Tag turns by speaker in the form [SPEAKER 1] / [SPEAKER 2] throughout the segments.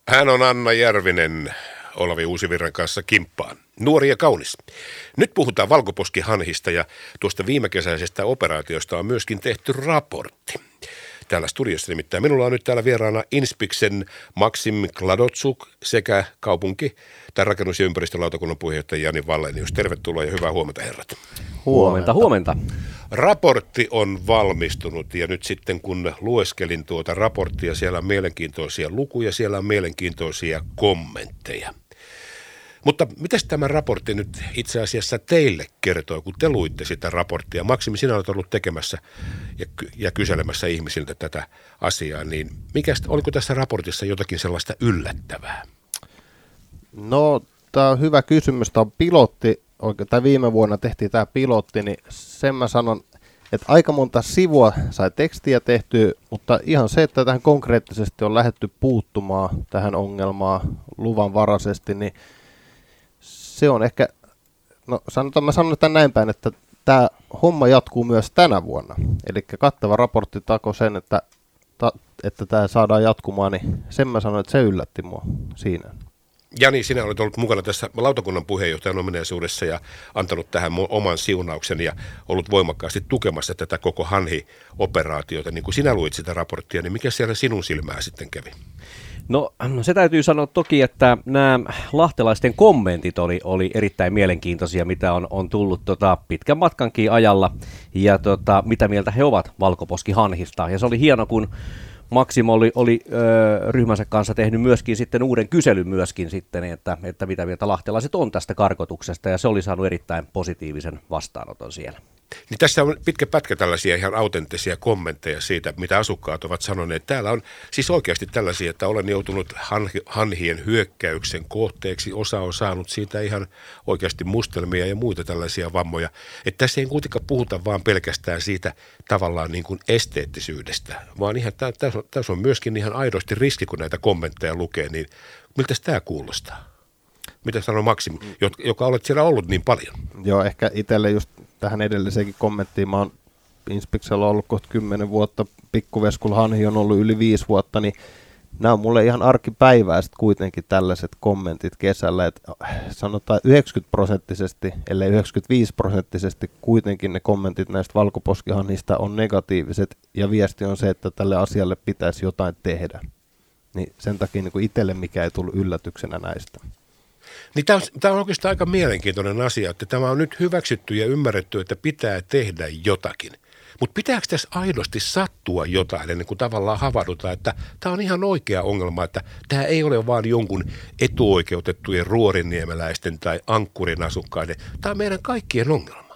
[SPEAKER 1] Hän on Anna Järvinen, Olavi Uusivirran kanssa kimppaan. Nuori ja kaunis. Nyt puhutaan valkoposkihanhista ja tuosta viimekesäisestä operaatiosta on myöskin tehty raportti. Täällä studiossa nimittäin minulla on nyt täällä vieraana Inspiksen Maksim Kladotsuk sekä rakennus- ja ympäristölautakunnan puheenjohtaja Jani Wallenius. Tervetuloa ja hyvää huomenta, herrat.
[SPEAKER 2] Huomenta.
[SPEAKER 1] Raportti on valmistunut ja nyt sitten kun lueskelin tuota raporttia, siellä on mielenkiintoisia lukuja, siellä on mielenkiintoisia kommentteja. Mutta mitäs tämä raportti nyt itse asiassa teille kertoo, kun te luitte sitä raporttia? Maksim, sinä olet ollut tekemässä ja kyselemässä ihmisiltä tätä asiaa, niin oliko tässä raportissa jotakin sellaista yllättävää?
[SPEAKER 3] No, tämä on hyvä kysymys. Tämä on pilotti, tai viime vuonna tehtiin tämä pilotti, niin sen mä sanon, että aika monta sivua sai tekstiä tehtyä, mutta ihan se, että tähän konkreettisesti on lähdetty puuttumaan tähän ongelmaan luvanvaraisesti, niin se on ehkä, mä sanon tämän näin päin, että tämä homma jatkuu myös tänä vuonna. Eli kattava raportti takoi sen, että tämä saadaan jatkumaan, niin sen mä sanon, että se yllätti mua siinä.
[SPEAKER 1] Jani, sinä olet ollut mukana tässä lautakunnan puheenjohtajan ominaisuudessa ja antanut tähän oman siunauksen ja ollut voimakkaasti tukemassa tätä koko hanhi-operaatiota. Niin kun sinä luit sitä raporttia, niin mikä siellä sinun silmää sitten kävi?
[SPEAKER 2] No se täytyy sanoa toki, että nämä lahtelaisten kommentit oli erittäin mielenkiintoisia, mitä on tullut pitkän matkankin ajalla ja mitä mieltä he ovat valkoposkihanhista. Ja se oli hieno, kun Maksim oli ryhmänsä kanssa tehnyt myöskin sitten uuden kyselyn myöskin sitten, että mitä mieltä lahtelaiset on tästä karkotuksesta ja se oli saanut erittäin positiivisen vastaanoton siellä.
[SPEAKER 1] Niin tässä on pitkä pätkä tällaisia ihan autenttisia kommentteja siitä, mitä asukkaat ovat sanoneet. Täällä on siis oikeasti tällaisia, että olen joutunut hanhien hyökkäyksen kohteeksi. Osa on saanut siitä ihan oikeasti mustelmia ja muita tällaisia vammoja. Että tässä ei kuitenkaan puhuta vaan pelkästään siitä tavallaan niin kuin esteettisyydestä, vaan ihan tässä on myöskin ihan aidosti riski, kun näitä kommentteja lukee. Niin miltä tämä kuulostaa? Mitä sanoo Maksim, joka olet siellä ollut niin paljon?
[SPEAKER 3] Joo, ehkä itselle just tähän edelliseenkin kommenttiin. Mä oon Inspiksella ollut kohta 10 vuotta, Pikkuveskul hanhi on ollut yli 5 vuotta, niin nämä on mulle ihan arkipäivää sitten kuitenkin tällaiset kommentit kesällä, että sanotaan 90%, ellei 95% kuitenkin ne kommentit näistä valkoposkihanhista on negatiiviset ja viesti on se, että tälle asialle pitäisi jotain tehdä. Niin sen takia niin kuin itselle mikä ei tullut yllätyksenä näistä.
[SPEAKER 1] Niin tämä on oikeastaan aika mielenkiintoinen asia, että tämä on nyt hyväksytty ja ymmärretty, että pitää tehdä jotakin. Mutta pitääkö tässä aidosti sattua jotain ennen kuin tavallaan havahdutaan, että tämä on ihan oikea ongelma, että tämä ei ole vaan jonkun etuoikeutettujen ruoriniemeläisten tai ankkurin asukkaiden. Tämä on meidän kaikkien ongelma.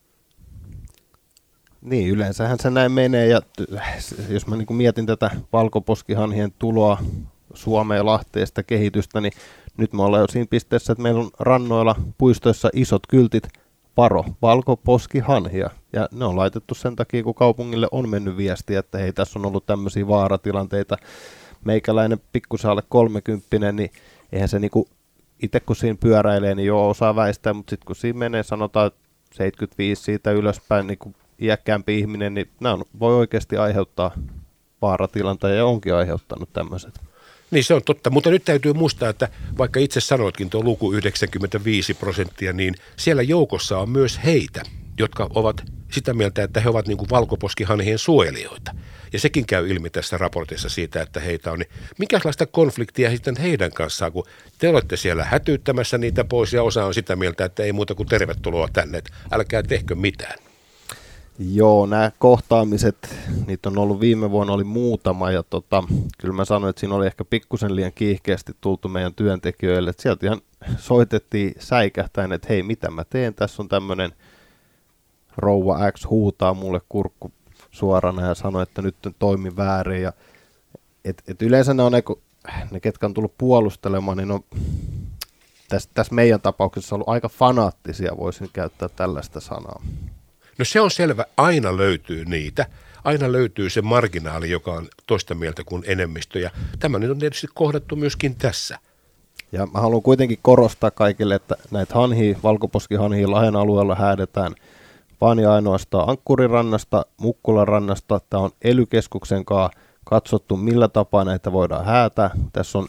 [SPEAKER 3] Niin, yleensähän se näin menee ja jos mä niin kuin mietin tätä valkoposkihanhien tuloa Suomeen, Lahteesta kehitystä, niin nyt me ollaan jo siinä pisteessä, että meillä on rannoilla, puistoissa isot kyltit, varo, valkoposkihanhia. Ja ne on laitettu sen takia, kun kaupungille on mennyt viestiä, että hei, tässä on ollut tämmöisiä vaaratilanteita. Meikäläinen pikkusen alle 30, niin eihän se niinku, itse kun siinä pyöräilee, niin joo osaa väistää, mutta sitten kun siinä menee, sanotaan 75 siitä ylöspäin, niin kuin iäkkäämpi ihminen, niin nämä voi oikeasti aiheuttaa vaaratilanteita ja onkin aiheuttanut tämmöiset.
[SPEAKER 1] Niin se on totta, mutta nyt täytyy muistaa, että vaikka itse sanoitkin tuo luku 95%, niin siellä joukossa on myös heitä, jotka ovat sitä mieltä, että he ovat niin kuin valkoposkihanhien suojelijoita. Ja sekin käy ilmi tässä raportissa siitä, että heitä on. Niin minkälaista konfliktia sitten heidän kanssaan, kun te olette siellä hätyyttämässä niitä pois ja osa on sitä mieltä, että ei muuta kuin tervetuloa tänne, että älkää tehkö mitään.
[SPEAKER 3] Joo, nämä kohtaamiset, niitä on ollut viime vuonna oli muutama ja kyllä mä sanoin, että siinä oli ehkä pikkusen liian kiihkeästi tultu meidän työntekijöille, että sieltä ihan soitettiin säikähtäen, että hei mitä mä teen, tässä on tämmöinen rouva X huutaa mulle kurkku suorana ja sanoi, että nyt toimi väärin ja et yleensä ne on ne ketkä on tullut puolustelemaan, niin on tässä meidän tapauksessa ollut aika fanaattisia, voisin käyttää tällaista sanaa.
[SPEAKER 1] No se on selvä, aina löytyy niitä, aina löytyy se marginaali, joka on toista mieltä kuin enemmistö ja tämä nyt on tietysti kohdattu myöskin tässä.
[SPEAKER 3] Ja mä haluan kuitenkin korostaa kaikille, että näitä hanhia, valkoposkihanhia Lahden alueella häädetään vaan ja ainoastaan Ankkurirannasta, Mukkulan rannasta. Tämä on ELY-keskuksen kanssa katsottu, millä tapaa näitä voidaan häätää. Tässä on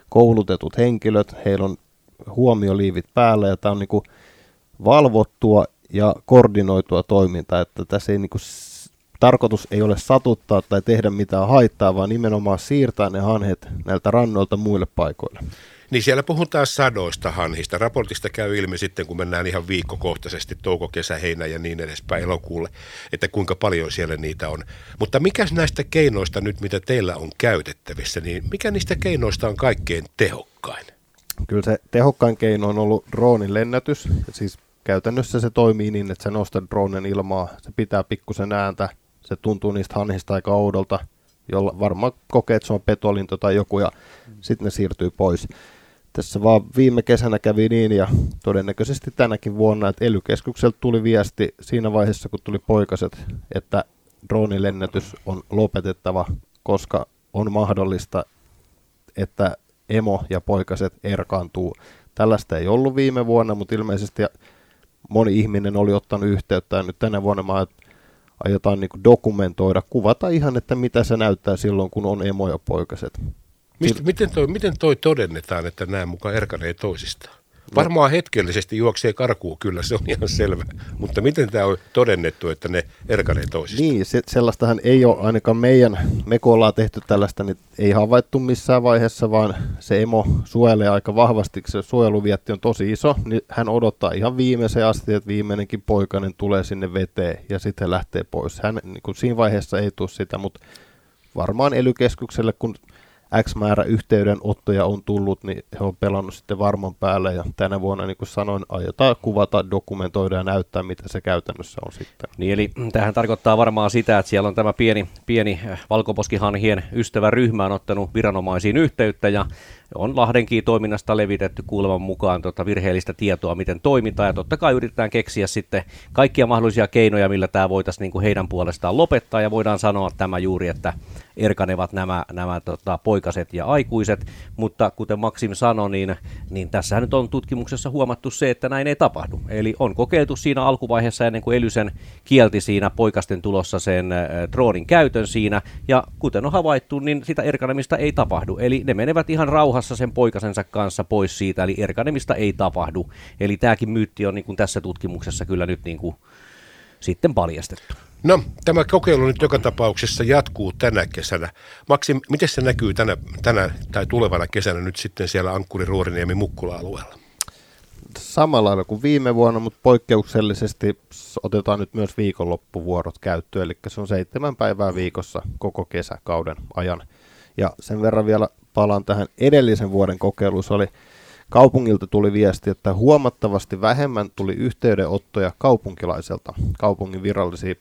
[SPEAKER 3] koulutetut henkilöt, heillä on huomioliivit päällä ja tämä on niin kuin valvottua ja koordinoitua toimintaa, että tässä ei niin kuin tarkoitus ei ole satuttaa tai tehdä mitään haittaa, vaan nimenomaan siirtää ne hanhet näiltä rannoilta muille paikoille.
[SPEAKER 1] Niin siellä puhutaan sadoista hanhista. Raportista käy ilmi sitten, kun mennään ihan viikkokohtaisesti, touko, kesä, heinä ja niin edespäin elokuulle, että kuinka paljon siellä niitä on. Mutta mikä näistä keinoista nyt, mitä teillä on käytettävissä, niin mikä niistä keinoista on kaikkein tehokkain?
[SPEAKER 3] Kyllä se tehokkain keino on ollut droonin lennätys. Siis käytännössä se toimii niin, että sä nostat dronen ilmaa, se pitää pikkusen ääntä, se tuntuu niistä hanhista aika oudolta, jolla varmaan kokee, että se on petolinto tai joku ja sitten ne siirtyy pois. Tässä vaan viime kesänä kävi niin ja todennäköisesti tänäkin vuonna, että ELY-keskukselta tuli viesti siinä vaiheessa, kun tuli poikaset, että droonilennätys on lopetettava, koska on mahdollista, että emo ja poikaset erkaantuu. Tällaista ei ollut viime vuonna, mutta ilmeisesti moni ihminen oli ottanut yhteyttä ja nyt tänä vuonna aiotaan niin kuin dokumentoida, kuvata ihan, että mitä se näyttää silloin, kun on emo ja poikaset.
[SPEAKER 1] Miten toi todennetaan, että nämä mukaan erkanee toisistaan? Varmaan hetkellisesti juoksee karkuun, kyllä se on ihan selvä, mutta miten tämä on todennettu, että ne erkanee toisistaan?
[SPEAKER 3] Niin, sellaistahan ei ole ainakaan me kun ollaan tehty tällaista, niin ei havaittu missään vaiheessa, vaan se emo suojelee aika vahvasti, se suojeluvietti on tosi iso, niin hän odottaa ihan viimeiseen asti, että viimeinenkin poikainen tulee sinne veteen ja sitten lähtee pois. Hän niin kuin siinä vaiheessa ei tule sitä, mutta varmaan ELY-keskukselle, kun X määrä yhteydenottoja on tullut, niin he on pelannut sitten varman päälle ja tänä vuonna, niin kuin sanoin, aiotaan kuvata, dokumentoida ja näyttää, mitä se käytännössä on sitten.
[SPEAKER 2] Niin, eli tämähän tarkoittaa varmaan sitä, että siellä on tämä pieni valkoposkihanhien ystäväryhmä on ottanut viranomaisiin yhteyttä ja on Lahdenkin toiminnasta levitetty kuuleman mukaan virheellistä tietoa, miten toimitaan, ja totta kai yritetään keksiä sitten kaikkia mahdollisia keinoja, millä tämä voitaisiin niin kuin heidän puolestaan lopettaa, ja voidaan sanoa tämä juuri, että erkanevat nämä poikaset ja aikuiset, mutta kuten Maksim sanoi, niin tässähän nyt on tutkimuksessa huomattu se, että näin ei tapahdu. Eli on kokeiltu siinä alkuvaiheessa ennen kuin ELY sen kielti siinä poikasten tulossa sen droonin käytön siinä, ja kuten on havaittu, niin sitä erkanemista ei tapahdu. Eli ne menevät ihan rauhassa sen poikasensa kanssa pois siitä, eli erkanemista ei tapahdu. Eli tämäkin myytti on niin kuin tässä tutkimuksessa kyllä nyt niin kuin sitten paljastettu.
[SPEAKER 1] No, tämä kokeilu nyt joka tapauksessa jatkuu tänä kesänä. Maksim, miten se näkyy tänä tai tulevana kesänä nyt sitten siellä Ankkuri-Ruoriniemen-Mukkula-alueella?
[SPEAKER 3] Samalla lailla kuin viime vuonna, mutta poikkeuksellisesti otetaan nyt myös viikonloppuvuorot käyttöön, eli se on 7 päivää viikossa koko kesäkauden ajan. Ja sen verran vielä palaan tähän edellisen vuoden kokeiluun. Kaupungilta tuli viesti, että huomattavasti vähemmän tuli yhteydenottoja kaupunkilaiselta, kaupungin virallisia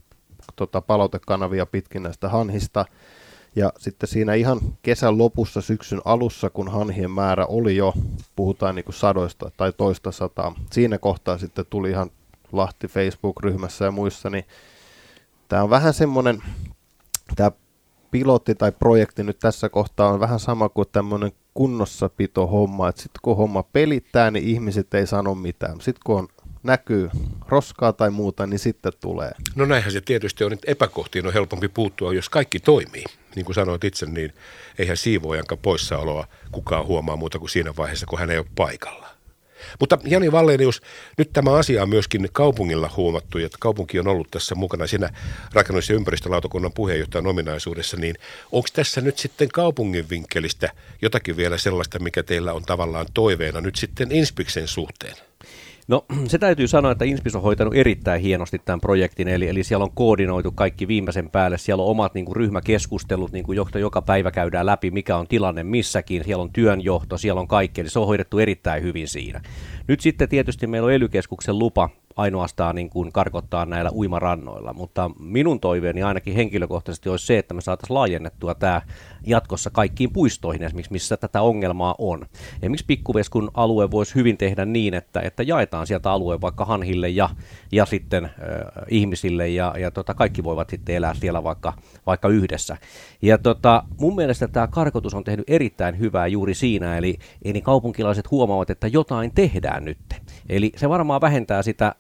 [SPEAKER 3] palautekanavia pitkin näistä hanhista. Ja sitten siinä ihan kesän lopussa, syksyn alussa, kun hanhien määrä oli jo, puhutaan niin kuin sadoista tai toista sataa, siinä kohtaa sitten tuli ihan Lahti Facebook-ryhmässä ja muissa, niin tämä on vähän semmoinen, tämä pilotti tai projekti nyt tässä kohtaa on vähän sama kuin tämmöinen kunnossapito-homma, että sitten kun homma pelittää, niin ihmiset ei sano mitään. Sitten kun näkyy roskaa tai muuta, niin sitten tulee.
[SPEAKER 1] No näinhän se tietysti on, että epäkohtiin on helpompi puuttua, jos kaikki toimii. Niin kuin sanoit itse, niin eihän siivoojankaan poissaoloa kukaan huomaa muuta kuin siinä vaiheessa, kun hän ei ole paikalla. Mutta Jani Wallenius, nyt tämä asia on myöskin kaupungilla huomattu, että kaupunki on ollut tässä mukana siinä rakennus- ja ympäristölautakunnan puheenjohtajan ominaisuudessa, niin onko tässä nyt sitten kaupungin vinkkelistä jotakin vielä sellaista, mikä teillä on tavallaan toiveena nyt sitten Inspiksen suhteen?
[SPEAKER 2] No se täytyy sanoa, että Inspis on hoitanut erittäin hienosti tämän projektin, eli siellä on koordinoitu kaikki viimeisen päälle, siellä on omat niin kuin ryhmäkeskustelut, niin kuin joka päivä käydään läpi, mikä on tilanne missäkin, siellä on työnjohto, siellä on kaikki, eli se on hoidettu erittäin hyvin siinä. Nyt sitten tietysti meillä on ELY-keskuksen lupa ainoastaan niin kuin karkottaa näillä uimarannoilla, mutta minun toiveeni ainakin henkilökohtaisesti olisi se, että me saataisiin laajennettua tämä jatkossa kaikkiin puistoihin esimerkiksi, missä tätä ongelmaa on. Esimerkiksi Pikkuveskun alue voisi hyvin tehdä niin, että jaetaan sieltä alueen vaikka hanhille ja sitten ihmisille ja kaikki voivat sitten elää siellä vaikka yhdessä. Ja mun mielestä tämä karkotus on tehnyt erittäin hyvää juuri siinä, eli kaupunkilaiset huomaavat, että jotain tehdään nyt. Eli se varmaan vähentää sitä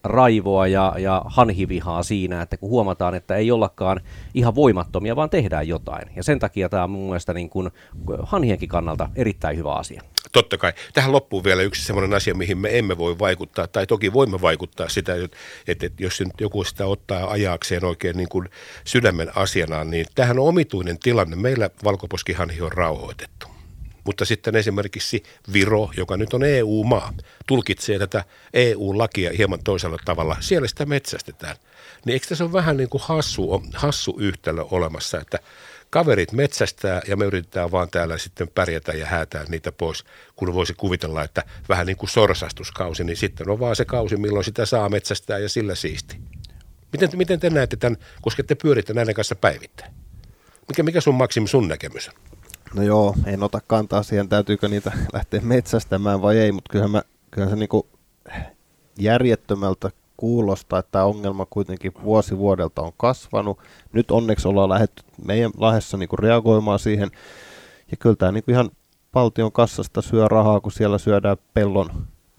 [SPEAKER 2] raivoa ja hanhivihaa siinä, että kun huomataan, että ei ollakaan ihan voimattomia, vaan tehdään jotain. Ja sen takia tämä on mun mielestä niin kuin hanhienkin kannalta erittäin hyvä asia.
[SPEAKER 1] Totta kai. Tähän loppuu vielä yksi sellainen asia, mihin me emme voi vaikuttaa, tai toki voimme vaikuttaa sitä, että jos nyt joku sitä ottaa ajaakseen oikein niin kuin sydämen asianaan, niin tämähän on omituinen tilanne. Meillä valkoposkihanhi on rauhoitettu. Mutta sitten esimerkiksi Viro, joka nyt on EU-maa, tulkitsee tätä EU-lakia hieman toisella tavalla. Siellä sitä metsästetään. Niin eikö tässä ole vähän niin kuin hassu yhtälö olemassa, että kaverit metsästää ja me yritetään vaan täällä sitten pärjätä ja häätää niitä pois, kun voisi kuvitella, että vähän niin kuin sorsastuskausi, niin sitten on vaan se kausi, milloin sitä saa metsästää ja sillä siisti. Miten te näette tämän, koska te pyöritte näiden kanssa päivittäin? Mikä sun näkemys on?
[SPEAKER 3] No joo, en ota kantaa siihen, täytyykö niitä lähteä metsästämään vai ei, mutta kyllähän se niinku järjettömältä kuulostaa, että tämä ongelma kuitenkin vuosi vuodelta on kasvanut. Nyt onneksi ollaan lähdetty meidän Lahdessa niinku reagoimaan siihen, ja kyllä tämä niinku ihan valtion kassasta syö rahaa, kun siellä syödään pellon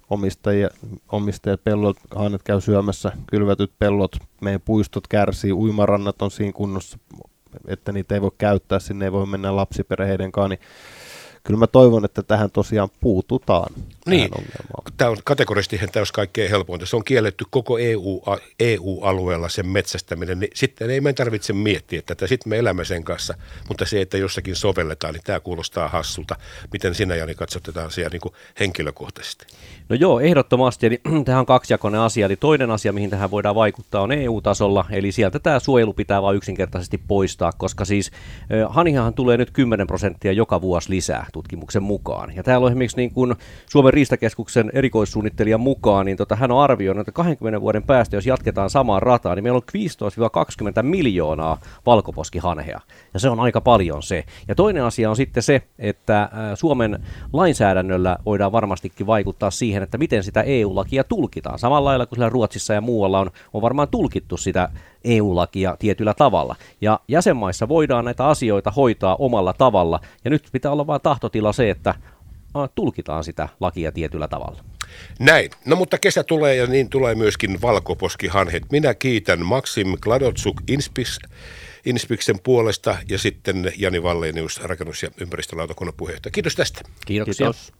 [SPEAKER 3] omistajat pellot, hannet käy syömässä kylvätyt pellot, meidän puistot kärsii, uimarannat on siinä kunnossa, että niitä ei voi käyttää, sinne ei voi mennä lapsiperheiden, niin kyllä mä toivon, että tähän tosiaan puututaan.
[SPEAKER 1] Niin, tämä on kategorisesti tämä olisi kaikkein helpointa. Se on kielletty koko EU-alueella sen metsästäminen, niin sitten ei meidän tarvitse miettiä tätä, sitten me elämme sen kanssa, mutta se, että jossakin sovelletaan, niin tämä kuulostaa hassulta. Miten sinä, Jani, katsot tätä asiaa niin kuin henkilökohtaisesti?
[SPEAKER 2] No joo, ehdottomasti, eli tähän on kaksijakoinen asia, eli toinen asia, mihin tähän voidaan vaikuttaa, on EU-tasolla, eli sieltä tämä suojelu pitää vain yksinkertaisesti poistaa, koska siis hanihahan tulee nyt 10% joka vuosi lisää tutkimuksen mukaan, ja täällä on esimerkiksi niin kuin Suomen Riistakeskuksen erikoissuunnittelijan mukaan, niin hän on arvioinut, että 20 vuoden päästä, jos jatketaan samaan rataan, niin meillä on 15-20 miljoonaa valkoposkihanhea, ja se on aika paljon se. Ja toinen asia on sitten se, että Suomen lainsäädännöllä voidaan varmastikin vaikuttaa siihen, että miten sitä EU-lakia tulkitaan. Samalla lailla kuin siellä Ruotsissa ja muualla on varmaan tulkittu sitä EU-lakia tietyllä tavalla. Ja jäsenmaissa voidaan näitä asioita hoitaa omalla tavalla, ja nyt pitää olla vain tahtotila se, että tulkitaan sitä lakia tietyllä tavalla.
[SPEAKER 1] Näin. No mutta kesä tulee ja niin tulee myöskin valkoposkihanhet. Minä kiitän Maksim Gladotsuk Inspiksen puolesta ja sitten Jani Wallenius, rakennus- ja ympäristölautakunnan puheenjohtaja. Kiitos tästä.
[SPEAKER 2] Kiitoksia.
[SPEAKER 3] Kiitos.